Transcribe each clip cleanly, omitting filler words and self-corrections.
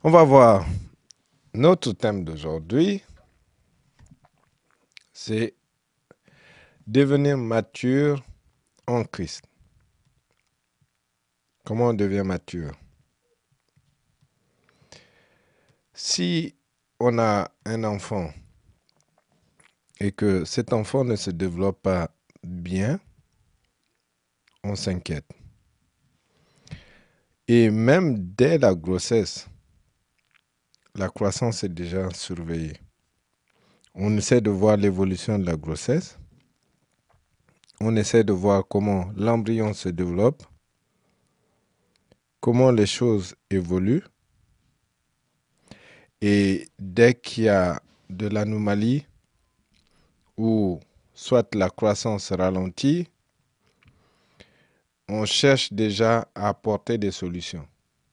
On va voir notre thème d'aujourd'hui, c'est devenir mature en Christ. Comment on devient mature? Si on a un enfant et que cet enfant ne se développe pas bien, on s'inquiète. Et même dès la grossesse, la croissance est déjà surveillée. On essaie de voir l'évolution de la grossesse. On essaie de voir comment l'embryon se développe, comment les choses évoluent. Et dès qu'il y a de l'anomalie ou soit la croissance ralentit, on cherche déjà à apporter des solutions.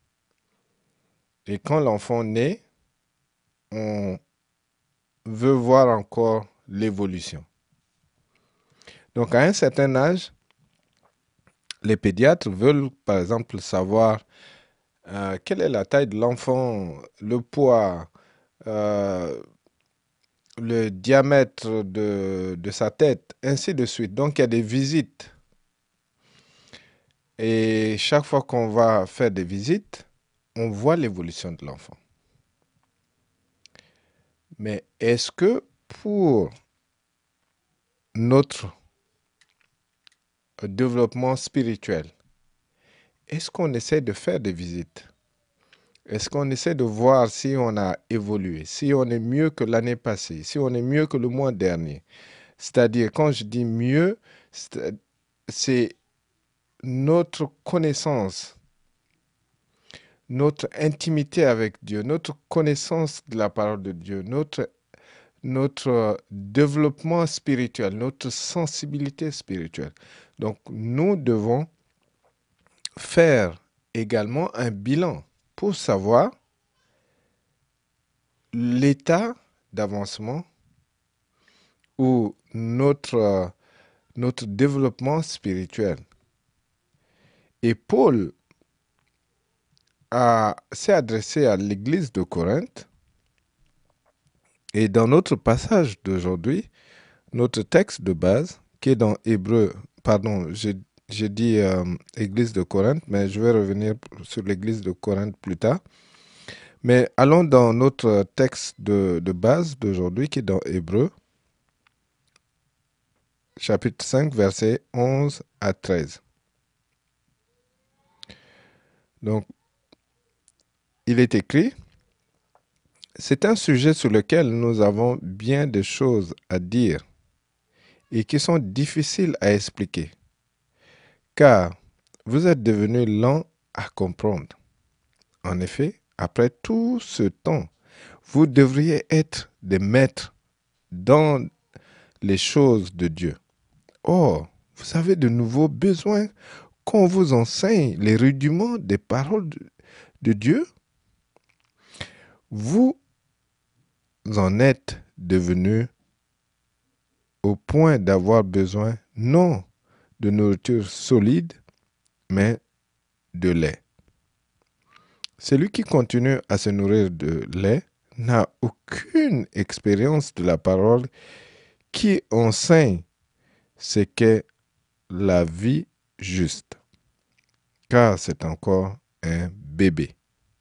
Et quand l'enfant naît, on veut voir encore l'évolution. Donc à un certain âge, les pédiatres veulent par exemple savoir quelle est la taille de l'enfant, le poids, euh, le diamètre de sa tête, ainsi de suite. Donc il y a des visites. Et chaque fois qu'on va faire des visites, on voit l'évolution de l'enfant. Mais est-ce que pour notre développement spirituel, est-ce qu'on essaie de faire des visites? Est-ce qu'on essaie de voir si on a évolué, si on est mieux que l'année passée, si on est mieux que le mois dernier? C'est-à-dire, quand je dis mieux, c'est notre connaissance, notre intimité avec Dieu, notre connaissance de la parole de Dieu, notre développement spirituel, notre sensibilité spirituelle. Donc, nous devons faire également un bilan pour savoir l'état d'avancement ou notre développement spirituel. Et Paul s'est adressé à l'église de Corinthe. Et dans notre passage d'aujourd'hui, notre texte de base, qui est dans Hébreu, pardon, j'ai dit église de Corinthe, mais je vais revenir sur l'église de Corinthe plus tard. Mais allons dans notre texte de base d'aujourd'hui, qui est dans Hébreu, chapitre 5, versets 11 à 13. Donc, il est écrit, c'est un sujet sur lequel nous avons bien des choses à dire et qui sont difficiles à expliquer, car vous êtes devenus lents à comprendre. En effet, après tout ce temps, vous devriez être des maîtres dans les choses de Dieu. Or, vous avez de nouveaux besoins qu'on vous enseigne les rudiments des paroles de Dieu. Vous en êtes devenus au point d'avoir besoin non de nourriture solide, mais de lait. Celui qui continue à se nourrir de lait n'a aucune expérience de la parole qui enseigne ce qu'est la vie juste, car c'est encore un bébé.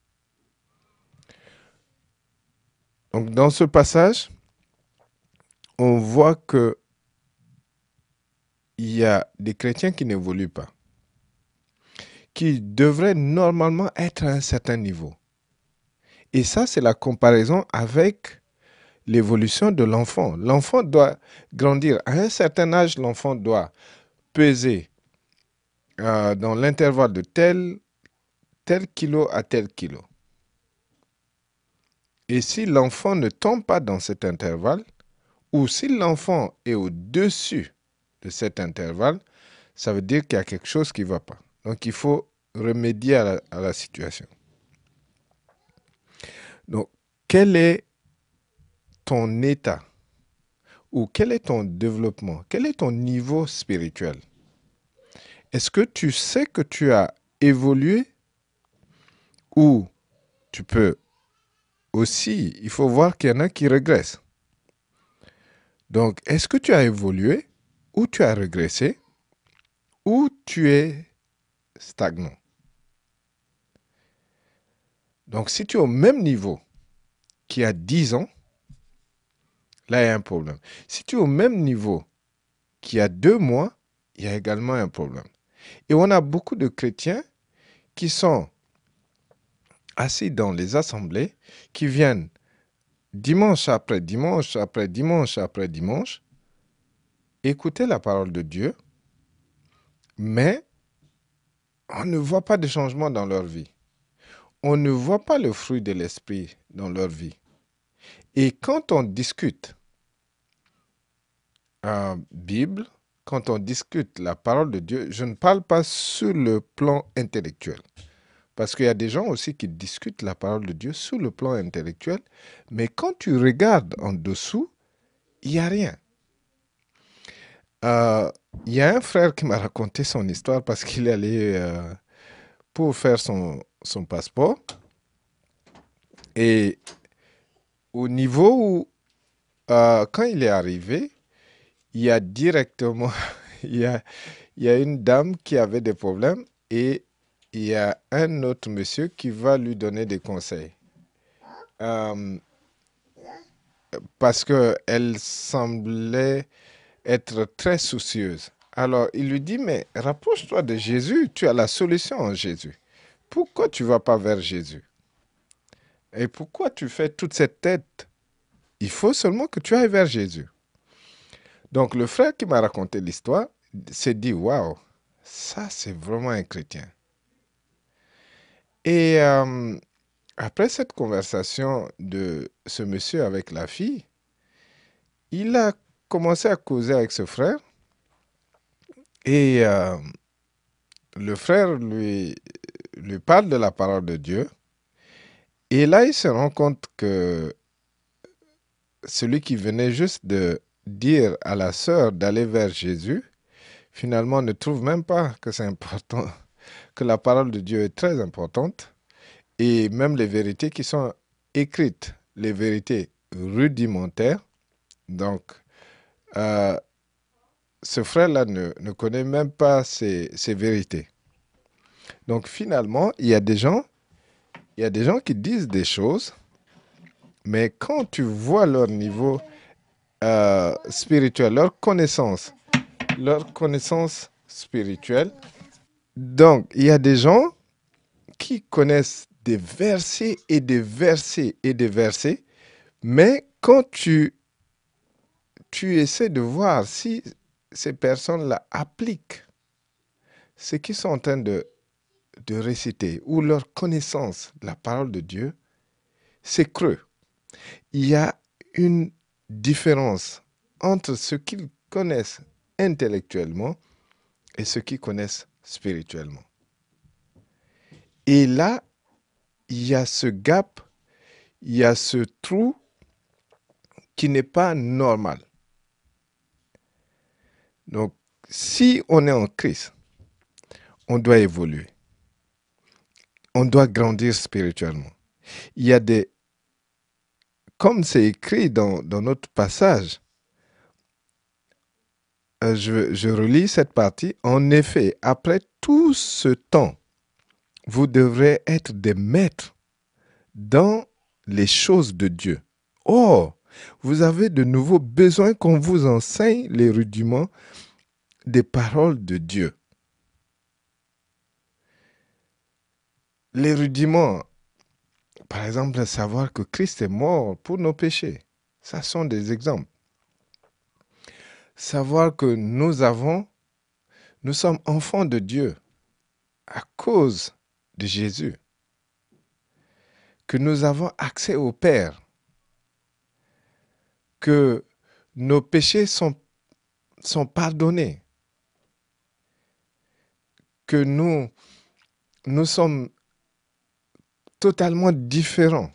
Donc dans ce passage, on voit que il y a des chrétiens qui n'évoluent pas, qui devraient normalement être à un certain niveau. Et ça, c'est la comparaison avec l'évolution de l'enfant. L'enfant doit grandir. À un certain âge, l'enfant doit peser dans l'intervalle de tel kilo à tel kilo. Et si l'enfant ne tombe pas dans cet intervalle, ou si l'enfant est au-dessus de cet intervalle, ça veut dire qu'il y a quelque chose qui ne va pas. Donc, il faut remédier à la situation. Donc, quel est ton état ou quel est ton développement? Quel est ton niveau spirituel? Est-ce que tu sais que tu as évolué ou tu peux aussi, il faut voir qu'il y en a qui régressent. Donc, est-ce que tu as évolué ou tu as régressé ou tu es stagnant? Donc, si tu es au même niveau qu'il y a 10 ans, là, il y a un problème. Si tu es au même niveau qu'il y a 2 mois, il y a également un problème. Et on a beaucoup de chrétiens qui sont assis dans les assemblées, qui viennent dimanche après dimanche après dimanche après dimanche, écouter la parole de Dieu, mais on ne voit pas de changement dans leur vie. On ne voit pas le fruit de l'esprit dans leur vie. Et quand on discute Bible, quand on discute la parole de Dieu, je ne parle pas sur le plan intellectuel. Parce qu'il y a des gens aussi qui discutent la parole de Dieu sur le plan intellectuel, mais quand tu regardes en dessous, il n'y a rien. Il y a un frère qui m'a raconté son histoire parce qu'il est allé pour faire son passeport. Et au niveau où, quand il est arrivé, il y a directement, il y a, il y a une dame qui avait des problèmes et il y a un autre monsieur qui va lui donner des conseils. Euh, Parce qu'elle semblait être très soucieuse. Alors, il lui dit, mais rapproche-toi de Jésus, tu as la solution en Jésus. Pourquoi tu ne vas pas vers Jésus? Et pourquoi tu fais toute cette tête? Il faut seulement que tu ailles vers Jésus. Donc, le frère qui m'a raconté l'histoire s'est dit, waouh, ça c'est vraiment un chrétien. Et après cette conversation de ce monsieur avec la fille, il a commencé à causer avec ce frère et le frère lui parle de la parole de Dieu. Et là, il se rend compte que celui qui venait juste de dire à la sœur d'aller vers Jésus, finalement ne trouve même pas que c'est important, que la parole de Dieu est très importante. Et même les vérités qui sont écrites, les vérités rudimentaires. Donc, euh, ce frère-là ne connaît même pas ces vérités. Donc, finalement, il y a des gens qui disent des choses, mais quand tu vois leur niveau spirituel, leur connaissance spirituelle, donc, il y a des gens qui connaissent des versets et des versets et des versets, mais quand tu essaies de voir si ces personnes-là appliquent ce qu'ils sont en train de réciter ou leur connaissance de la parole de Dieu, c'est creux. Il y a une différence entre ce qu'ils connaissent intellectuellement et ce qu'ils connaissent spirituellement. Et là, il y a ce gap, il y a ce trou qui n'est pas normal. Donc, si on est en Christ, on doit évoluer. On doit grandir spirituellement. Il y a des... Comme c'est écrit dans notre passage, je relis cette partie. En effet, après tout ce temps, vous devrez être des maîtres dans les choses de Dieu. Or, vous avez de nouveau besoin qu'on vous enseigne les rudiments des paroles de Dieu. Les rudiments, par exemple, savoir que Christ est mort pour nos péchés. Ça sont des exemples. Savoir que nous sommes enfants de Dieu à cause de Jésus. Que nous avons accès au Père. Que nos péchés sont pardonnés. Que nous sommes totalement différents.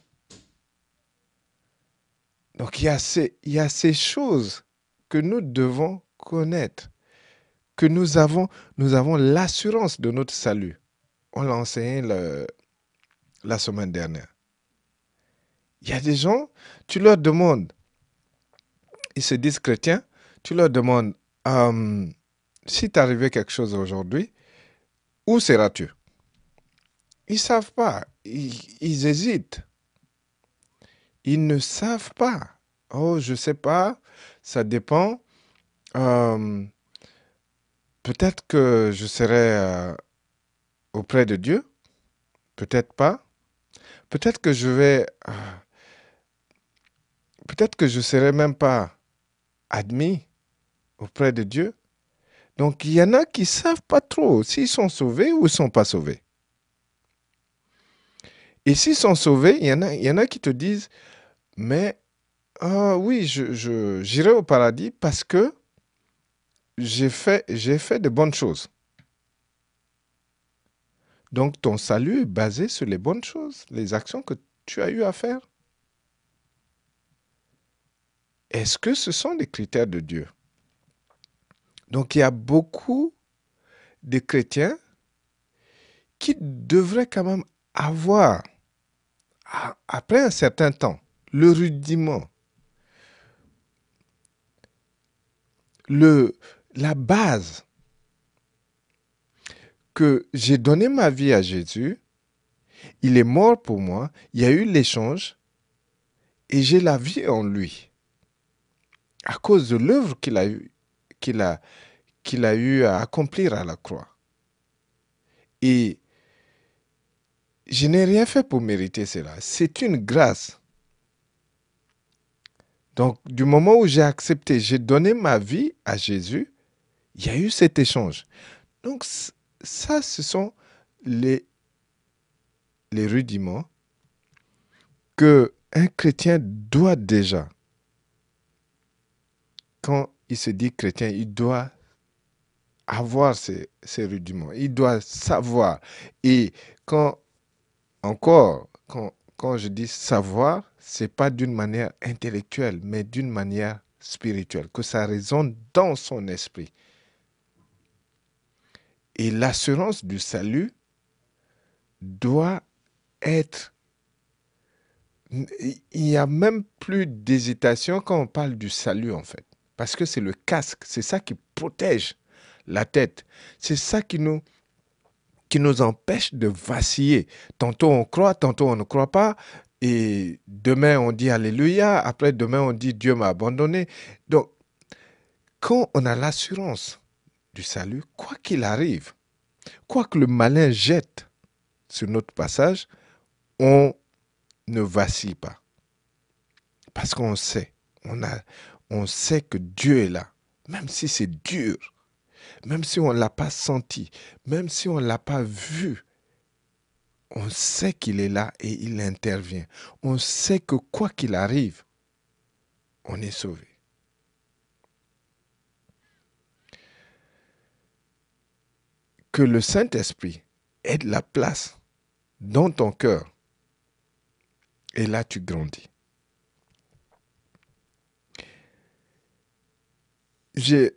Donc il y a ces choses que nous devons connaître, que nous avons l'assurance de notre salut. On l'a enseigné la semaine dernière. Il y a des gens, tu leur demandes, ils se disent chrétiens, tu leur demandes, euh, si t'arrivait quelque chose aujourd'hui, où seras-tu? Ils savent pas, ils hésitent, ils ne savent pas. Oh, je sais pas, ça dépend. Euh, Peut-être que je serai auprès de Dieu, peut-être pas. Peut-être que je vais, peut-être que je serai même pas admis auprès de Dieu. Donc il y en a qui savent pas trop s'ils sont sauvés ou ils sont pas sauvés. Et s'ils sont sauvés, il y en a qui te disent, mais oui, j'irai au paradis parce que j'ai fait de bonnes choses. Donc ton salut est basé sur les bonnes choses, les actions que tu as eu à faire. Est-ce que ce sont des critères de Dieu? Donc il y a beaucoup de chrétiens qui devraient quand même avoir, après un certain temps, le rudiment, le, la base que j'ai donné ma vie à Jésus, il est mort pour moi, il y a eu l'échange et j'ai la vie en lui à cause de l'œuvre qu'il a, qu'il a eu à accomplir à la croix. Et je n'ai rien fait pour mériter cela. C'est une grâce. Donc, du moment où j'ai accepté, j'ai donné ma vie à Jésus, il y a eu cet échange. Donc, ça, ce sont les, les rudiments que un chrétien doit déjà, quand il se dit chrétien, il doit avoir ces rudiments. Il doit savoir. Et quand, encore, quand je dis savoir, c'est pas d'une manière intellectuelle, mais d'une manière spirituelle, que ça résonne dans son esprit. Et l'assurance du salut doit être... Il n'y a même plus d'hésitation quand on parle du salut, en fait. Parce que c'est le casque, c'est ça qui protège la tête. C'est ça qui nous empêche de vaciller. Tantôt on croit, tantôt on ne croit pas. Et demain on dit Alléluia, après demain on dit Dieu m'a abandonné. Donc, quand on a l'assurance du salut, quoi qu'il arrive, quoi que le malin jette sur notre passage, on ne vacille pas. Parce qu'on sait, on sait que Dieu est là. Même si c'est dur, même si on ne l'a pas senti, même si on ne l'a pas vu, on sait qu'il est là et il intervient. On sait que quoi qu'il arrive, on est sauvé. Que le Saint-Esprit ait de la place dans ton cœur. Et là, tu grandis. J'ai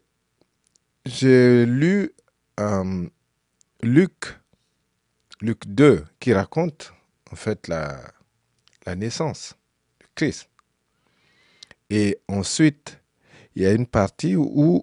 lu euh, Luc, Luc 2 qui raconte en fait la naissance de Christ. Et ensuite, il y a une partie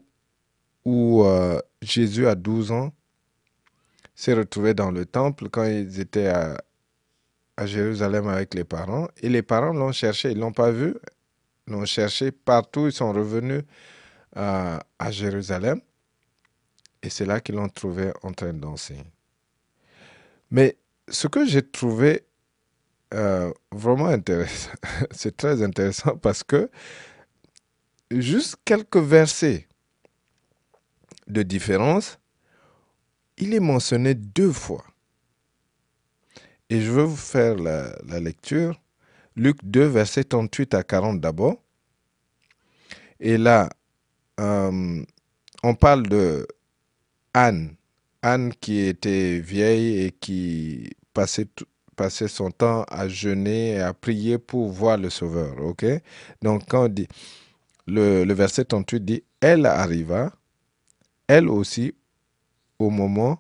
où Jésus, à 12 ans, s'est retrouvé dans le temple quand ils étaient à Jérusalem avec les parents. Et les parents l'ont cherché, ils ne l'ont pas vu, l'ont cherché partout, ils sont revenus à Jérusalem. Et c'est là qu'ils l'ont trouvé en train de danser. Mais ce que j'ai trouvé vraiment intéressant, c'est très intéressant parce que juste quelques versets de différence, il est mentionné 2 fois. Et je veux vous faire la lecture. Luc 2, versets 38 à 40 d'abord. Et là, on parle de Anne. Anne qui était vieille et qui passait son temps à jeûner et à prier pour voir le Sauveur. Ok? Donc, quand on dit, le verset 38 dit, elle arriva, elle aussi, au moment,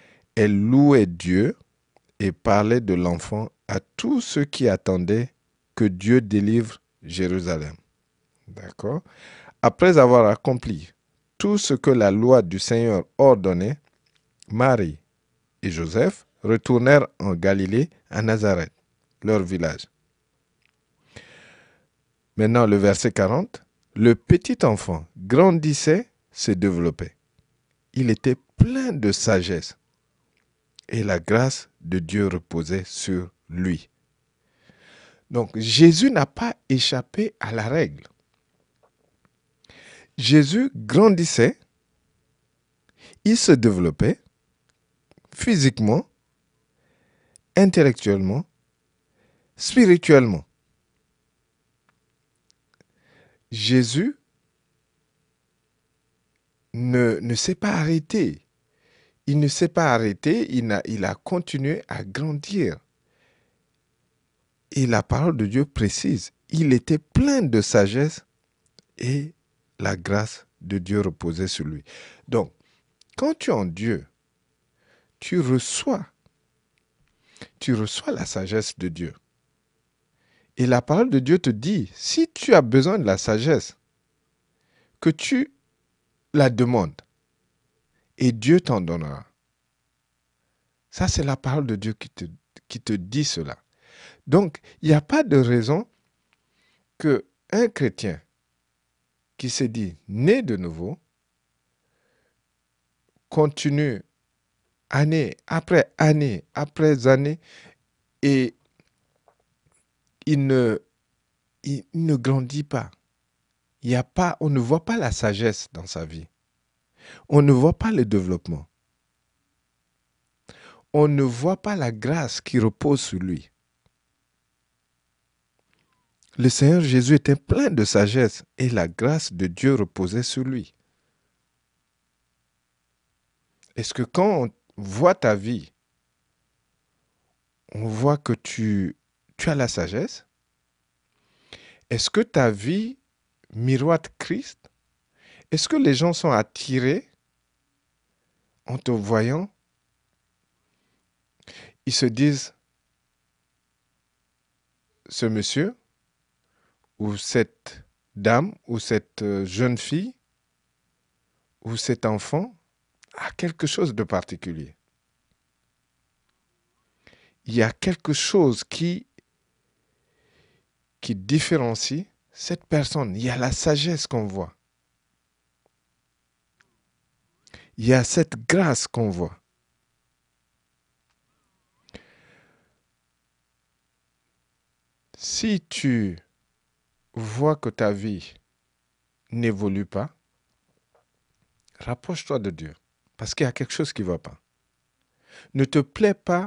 elle louait Dieu et parlait de l'enfant à tous ceux qui attendaient que Dieu délivre Jérusalem. D'accord? Après avoir accompli tout ce que la loi du Seigneur ordonnait, Marie et Joseph retournèrent en Galilée, à Nazareth, leur village. Maintenant, le verset 40. Le petit enfant grandissait, se développait. Il était plein de sagesse et la grâce de Dieu reposait sur lui. Donc, Jésus n'a pas échappé à la règle. Jésus grandissait, il se développait physiquement, intellectuellement, spirituellement. Jésus ne s'est pas arrêté. Il ne s'est pas arrêté, il a continué à grandir. Et la parole de Dieu précise, il était plein de sagesse et la grâce de Dieu reposait sur lui. Donc, quand tu es en Dieu, tu reçois la sagesse de Dieu. Et la parole de Dieu te dit, si tu as besoin de la sagesse, que tu la demandes, et Dieu t'en donnera. Ça, c'est la parole de Dieu qui te dit cela. Donc, il n'y a pas de raison qu'un chrétien qui s'est dit né de nouveau continue année après année après année et il ne grandit pas. On ne voit pas la sagesse dans sa vie. On ne voit pas le développement. On ne voit pas la grâce qui repose sur lui. Le Seigneur Jésus était plein de sagesse et la grâce de Dieu reposait sur lui. Est-ce que quand on voit ta vie, on voit que tu as la sagesse? Est-ce que ta vie miroite Christ? Est-ce que les gens sont attirés en te voyant? Ils se disent, ce monsieur ou cette dame ou cette jeune fille ou cet enfant a quelque chose de particulier. Il y a quelque chose qui différencie cette personne. Il y a la sagesse qu'on voit. Il y a cette grâce qu'on voit. Si tu vois que ta vie n'évolue pas, rapproche-toi de Dieu. Parce qu'il y a quelque chose qui ne va pas. Ne te plaît pas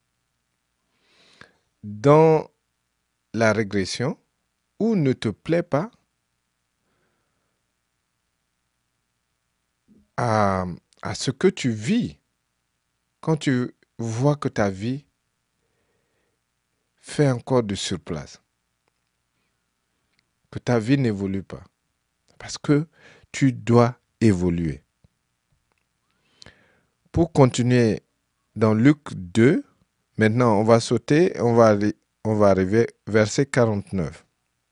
dans la régression ou ne te plaît pas à ce que tu vis quand tu vois que ta vie fait encore de surplace. Que ta vie n'évolue pas. Parce que tu dois évoluer. Pour continuer dans Luc 2, maintenant on va sauter, on va arriver verset 49.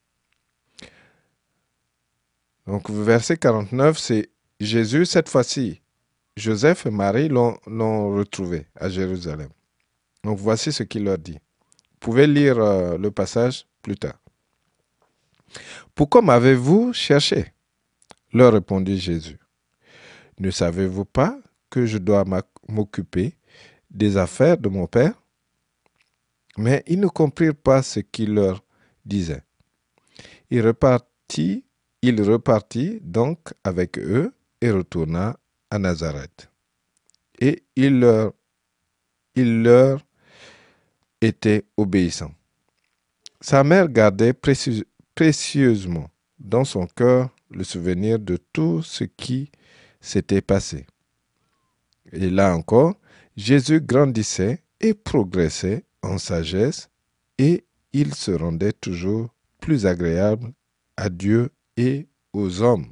Donc verset 49, c'est Jésus, cette fois-ci, Joseph et Marie l'ont retrouvé à Jérusalem. Donc voici ce qu'il leur dit. Vous pouvez lire le passage plus tard. Pourquoi m'avez-vous cherché? Leur répondit Jésus. Ne savez-vous pas que je dois m'occuper des affaires de mon Père? Mais ils ne comprirent pas ce qu'il leur disait. Il repartit donc avec eux et retourna à Nazareth. Et il leur était obéissant. Sa mère gardait précieusement dans son cœur le souvenir de tout ce qui s'était passé. Et là encore, Jésus grandissait et progressait en sagesse et il se rendait toujours plus agréable à Dieu et aux hommes.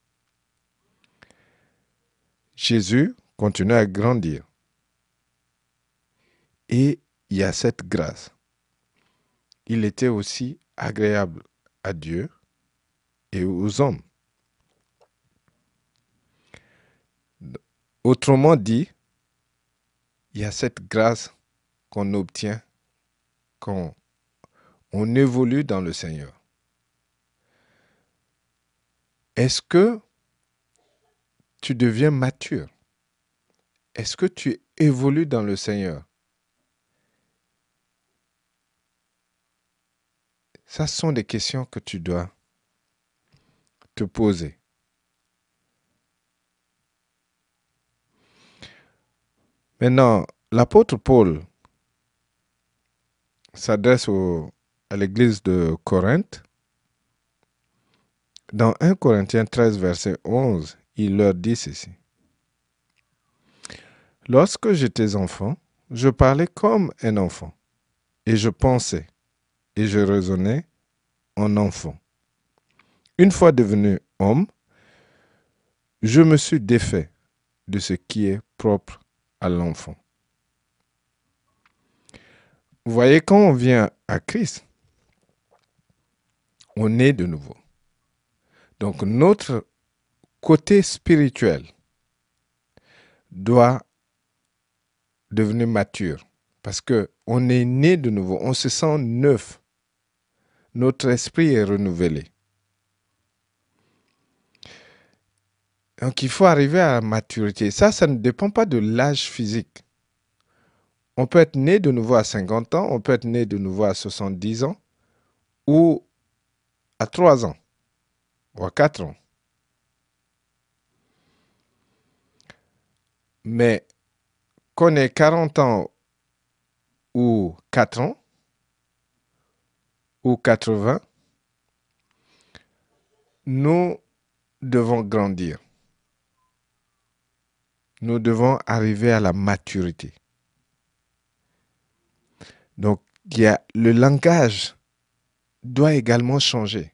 Jésus continuait à grandir. Et il y a cette grâce. Il était aussi agréable à Dieu et aux hommes. Autrement dit, il y a cette grâce qu'on obtient quand on évolue dans le Seigneur. Est-ce que tu deviens mature? Est-ce que tu évolues dans le Seigneur? Ça sont des questions que tu dois te poser. Maintenant, l'apôtre Paul s'adresse à l'église de Corinthe. Dans 1 Corinthiens 13, verset 11, il leur dit ceci. Lorsque j'étais enfant, je parlais comme un enfant, et je pensais, et je raisonnais en enfant. Une fois devenu homme, je me suis défait de ce qui est propre à l'enfant. Vous voyez, quand on vient à Christ, on est de nouveau. Donc notre côté spirituel doit devenir mature parce qu'on est né de nouveau, on se sent neuf. Notre esprit est renouvelé. Donc il faut arriver à la maturité. Ça ne dépend pas de l'âge physique. On peut être né de nouveau à 50 ans, on peut être né de nouveau à 70 ans ou à 3 ans ou à 4 ans. Mais qu'on ait 40 ans ou 4 ans ou 80, nous devons grandir. Nous devons arriver à la maturité. Donc, le langage doit également changer.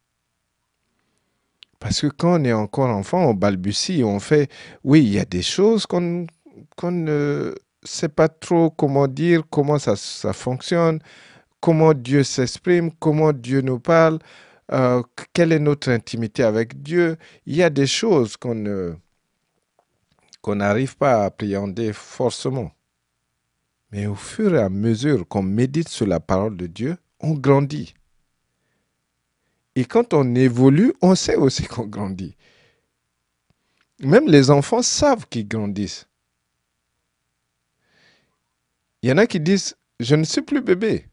Parce que quand on est encore enfant, on balbutie, on fait... Oui, il y a des choses qu'on ne sait pas trop comment dire, comment ça fonctionne, comment Dieu s'exprime, comment Dieu nous parle, quelle est notre intimité avec Dieu. Il y a des choses qu'on n'arrive pas à appréhender forcément. Mais au fur et à mesure qu'on médite sur la parole de Dieu, on grandit. Et quand on évolue, on sait aussi qu'on grandit. Même les enfants savent qu'ils grandissent. Il y en a qui disent, je ne suis plus bébé.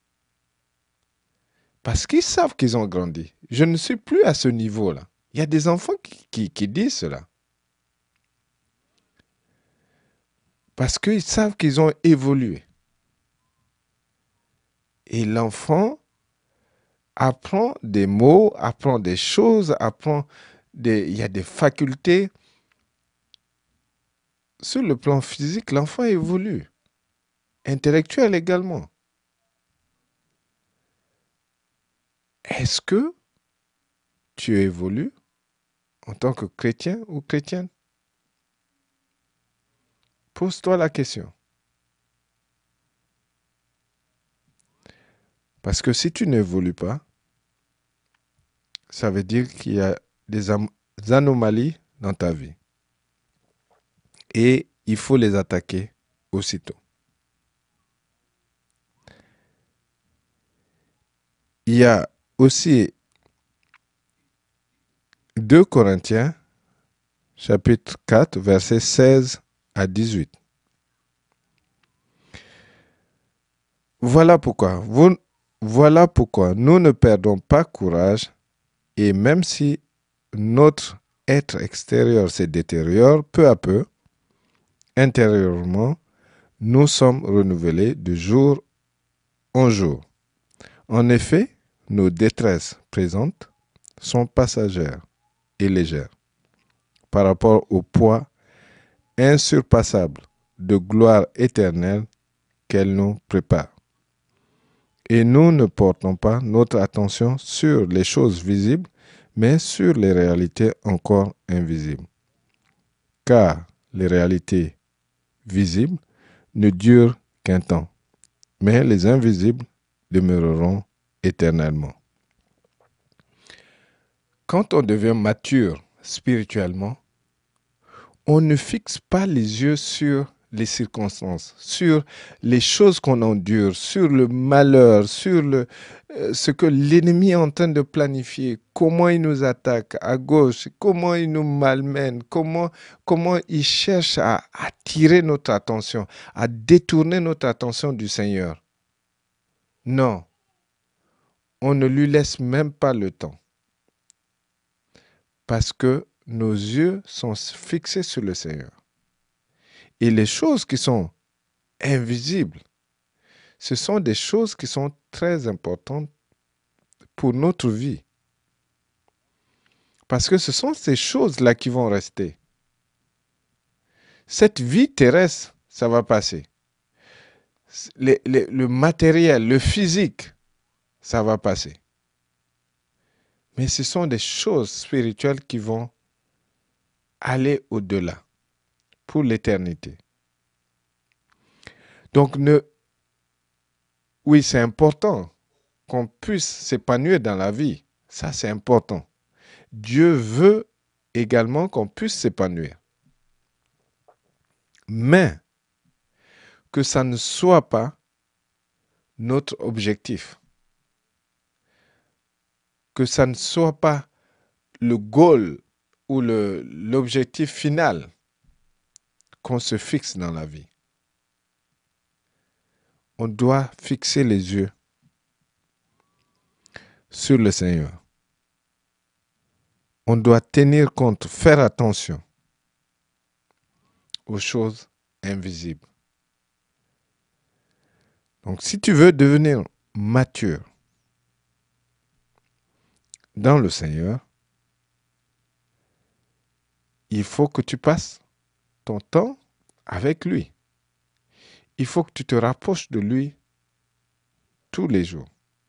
Parce qu'ils savent qu'ils ont grandi. Je ne suis plus à ce niveau-là. Il y a des enfants qui disent cela. Parce qu'ils savent qu'ils ont évolué. Et l'enfant apprend des mots, apprend des choses, il y a des facultés. Sur le plan physique, l'enfant évolue. Intellectuel également. Est-ce que tu évolues en tant que chrétien ou chrétienne? Pose-toi la question. Parce que si tu n'évolues pas, ça veut dire qu'il y a des anomalies dans ta vie. Et il faut les attaquer aussitôt. Il y a aussi 2 Corinthiens, chapitre 4, versets 16 à 18. Voilà pourquoi nous ne perdons pas courage et même si notre être extérieur se détériore peu à peu, intérieurement, nous sommes renouvelés de jour en jour. En effet, nos détresses présentes sont passagères et légères par rapport au poids insurpassable de gloire éternelle qu'elle nous prépare. Et nous ne portons pas notre attention sur les choses visibles, mais sur les réalités encore invisibles. Car les réalités visibles ne durent qu'un temps, mais les invisibles demeureront éternellement. Quand on devient mature spirituellement, on ne fixe pas les yeux sur les circonstances, sur les choses qu'on endure, sur le malheur, sur ce que l'ennemi est en train de planifier, comment il nous attaque à gauche, comment il nous malmène, comment il cherche à attirer notre attention, à détourner notre attention du Seigneur. Non, on ne lui laisse même pas le temps. Parce que nos yeux sont fixés sur le Seigneur. Et les choses qui sont invisibles, ce sont des choses qui sont très importantes pour notre vie. Parce que ce sont ces choses-là qui vont rester. Cette vie terrestre, ça va passer. Le matériel, le physique, ça va passer. Mais ce sont des choses spirituelles qui vont aller au-delà, pour l'éternité. Donc, oui, c'est important qu'on puisse s'épanouir dans la vie. Ça, c'est important. Dieu veut également qu'on puisse s'épanouir. Mais que ça ne soit pas notre objectif. Que ça ne soit pas le goal ou l'objectif final qu'on se fixe dans la vie. On doit fixer les yeux sur le Seigneur. On doit tenir compte, faire attention aux choses invisibles. Donc, si tu veux devenir mature dans le Seigneur, il faut que tu passes ton temps avec lui. Il faut que tu te rapproches de lui tous les jours.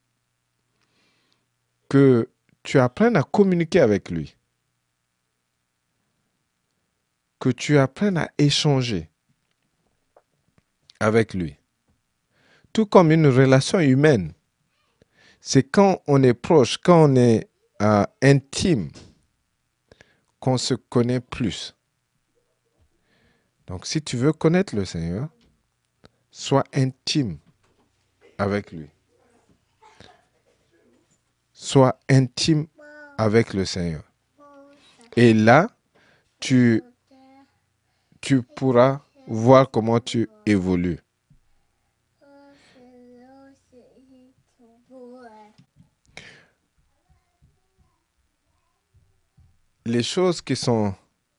Que tu apprennes à communiquer avec lui. Que tu apprennes à échanger avec lui. Tout comme une relation humaine. C'est quand on est proche, quand on est intime, qu'on se connaît plus. Donc si tu veux connaître le Seigneur, sois intime avec lui. Sois intime avec le Seigneur. Et là, tu pourras voir comment tu évolues. Les choses qui sont...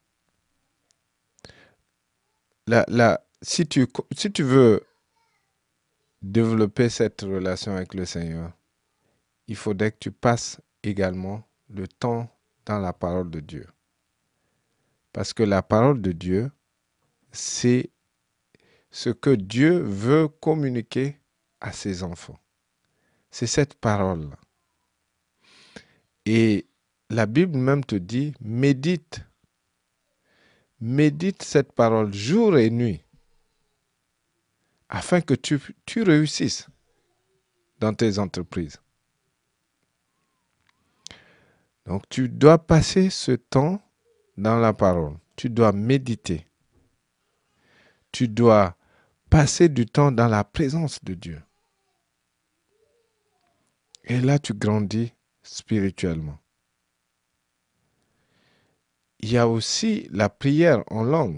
si tu veux développer cette relation avec le Seigneur, il faudrait que tu passes également le temps dans la parole de Dieu. Parce que la parole de Dieu, c'est ce que Dieu veut communiquer à ses enfants. C'est cette parole-là. Et la Bible même te dit, médite cette parole jour et nuit, afin que tu réussisses dans tes entreprises. Donc tu dois passer ce temps dans la parole. Tu dois méditer. Tu dois passer du temps dans la présence de Dieu. Et là, tu grandis spirituellement. Il y a aussi la prière en langue.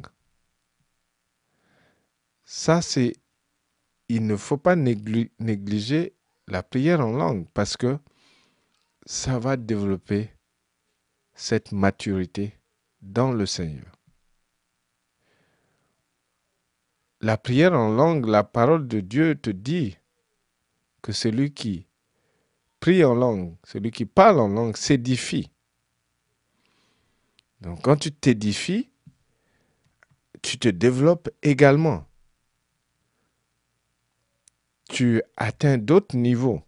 Ça, il ne faut pas négliger la prière en langue parce que ça va développer cette maturité dans le Seigneur. La prière en langue, la parole de Dieu te dit que celui qui prie en langue, celui qui parle en langue s'édifie. Donc quand tu t'édifies, tu te développes également. Tu atteins d'autres niveaux.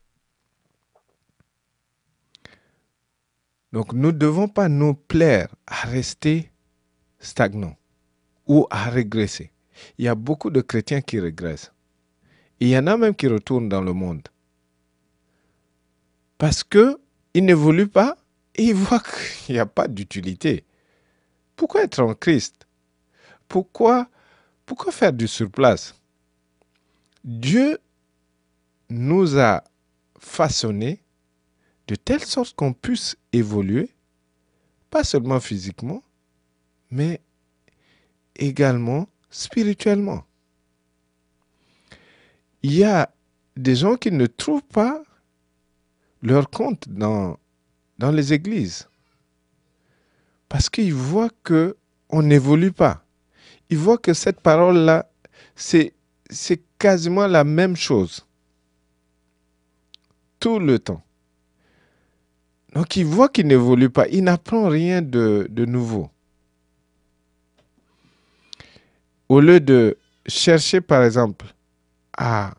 Donc nous ne devons pas nous plaire à rester stagnants ou à régresser. Il y a beaucoup de chrétiens qui régressent. Il y en a même qui retournent dans le monde. Parce qu'il n'évolue pas et il voit qu'il n'y a pas d'utilité. Pourquoi être en Christ? Pourquoi faire du surplace? Dieu nous a façonnés de telle sorte qu'on puisse évoluer, pas seulement physiquement, mais également spirituellement. Il y a des gens qui ne trouvent pas leur compte dans les églises parce qu'ils voient qu'on n'évolue pas. Ils voient que cette parole-là, c'est quasiment la même chose tout le temps. Donc, ils voient qu'il n'évolue pas. Il n'apprend rien de nouveau. Au lieu de chercher, par exemple, à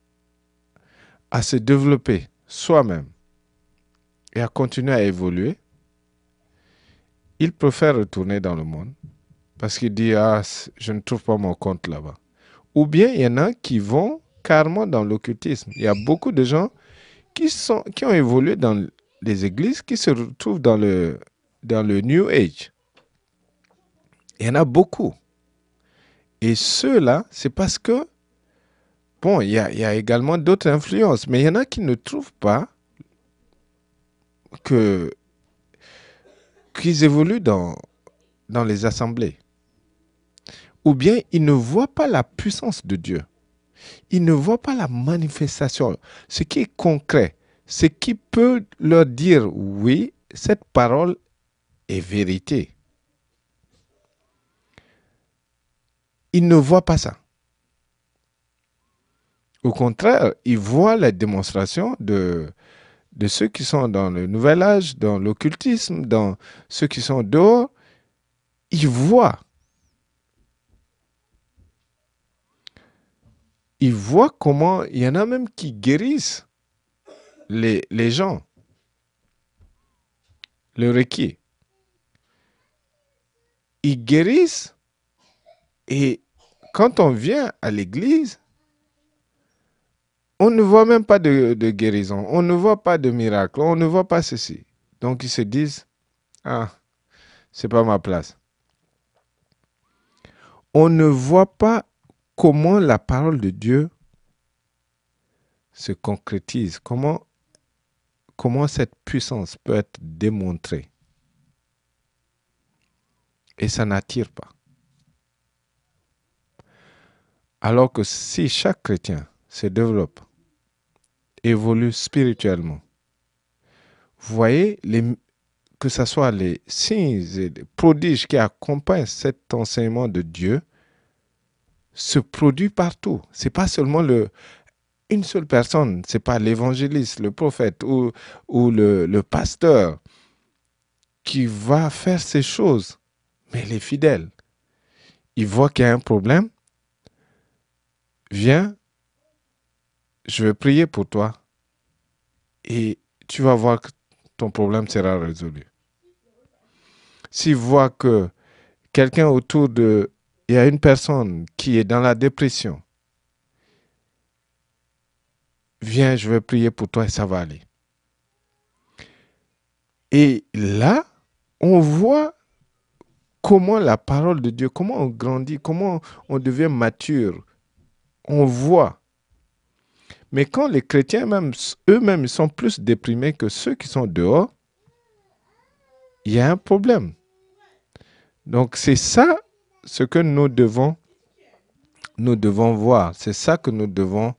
se développer soi-même et à continuer à évoluer, il préfère retourner dans le monde parce qu'il dit « Ah, je ne trouve pas mon compte là-bas ». Ou bien, il y en a qui vont carrément dans l'occultisme. Il y a beaucoup de gens qui ont évolué dans les églises, qui se retrouvent dans le New Age. Il y en a beaucoup. Et ceux-là, c'est parce que, bon, il y a également d'autres influences, mais il y en a qui ne trouvent pas qu'ils évoluent dans les assemblées. Ou bien, ils ne voient pas la puissance de Dieu. Ils ne voient pas la manifestation, ce qui est concret, ce qui peut leur dire, oui, cette parole est vérité. Ils ne voient pas ça. Au contraire, ils voient la démonstration de ceux qui sont dans le nouvel âge, dans l'occultisme, dans ceux qui sont dehors. Ils voient. Ils voient comment il y en a même qui guérissent les gens. Le requis. Ils guérissent et quand on vient à l'église, on ne voit même pas de guérison, on ne voit pas de miracle, on ne voit pas ceci. Donc ils se disent, ah, c'est pas ma place. On ne voit pas comment la parole de Dieu se concrétise, comment cette puissance peut être démontrée. Et ça n'attire pas. Alors que si chaque chrétien se développe, évolue spirituellement, vous voyez, que ce soit les signes et les prodiges qui accompagnent cet enseignement de Dieu, se produit partout. Ce n'est pas seulement une seule personne, ce n'est pas l'évangéliste, le prophète ou le pasteur qui va faire ces choses, mais les fidèles. Ils voient qu'il y a un problème, viens, je vais prier pour toi et tu vas voir que ton problème sera résolu. S'ils voient que quelqu'un autour de... Il y a une personne qui est dans la dépression, viens, je vais prier pour toi et ça va aller. Et là, on voit comment la parole de Dieu, comment on grandit, comment on devient mature. On voit. Mais quand les chrétiens eux-mêmes sont plus déprimés que ceux qui sont dehors, il y a un problème. Donc c'est ça ce que nous devons voir. C'est ça que nous devons...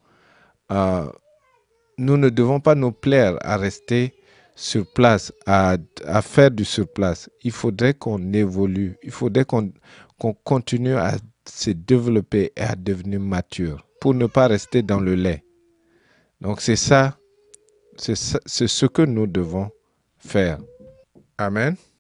nous ne devons pas nous plaire à rester sur place, à faire du surplace. Il faudrait qu'on évolue. Il faudrait qu'on continue à se développer et à devenir mature pour ne pas rester dans le lait. Donc c'est ça, c'est ce que nous devons faire. Amen.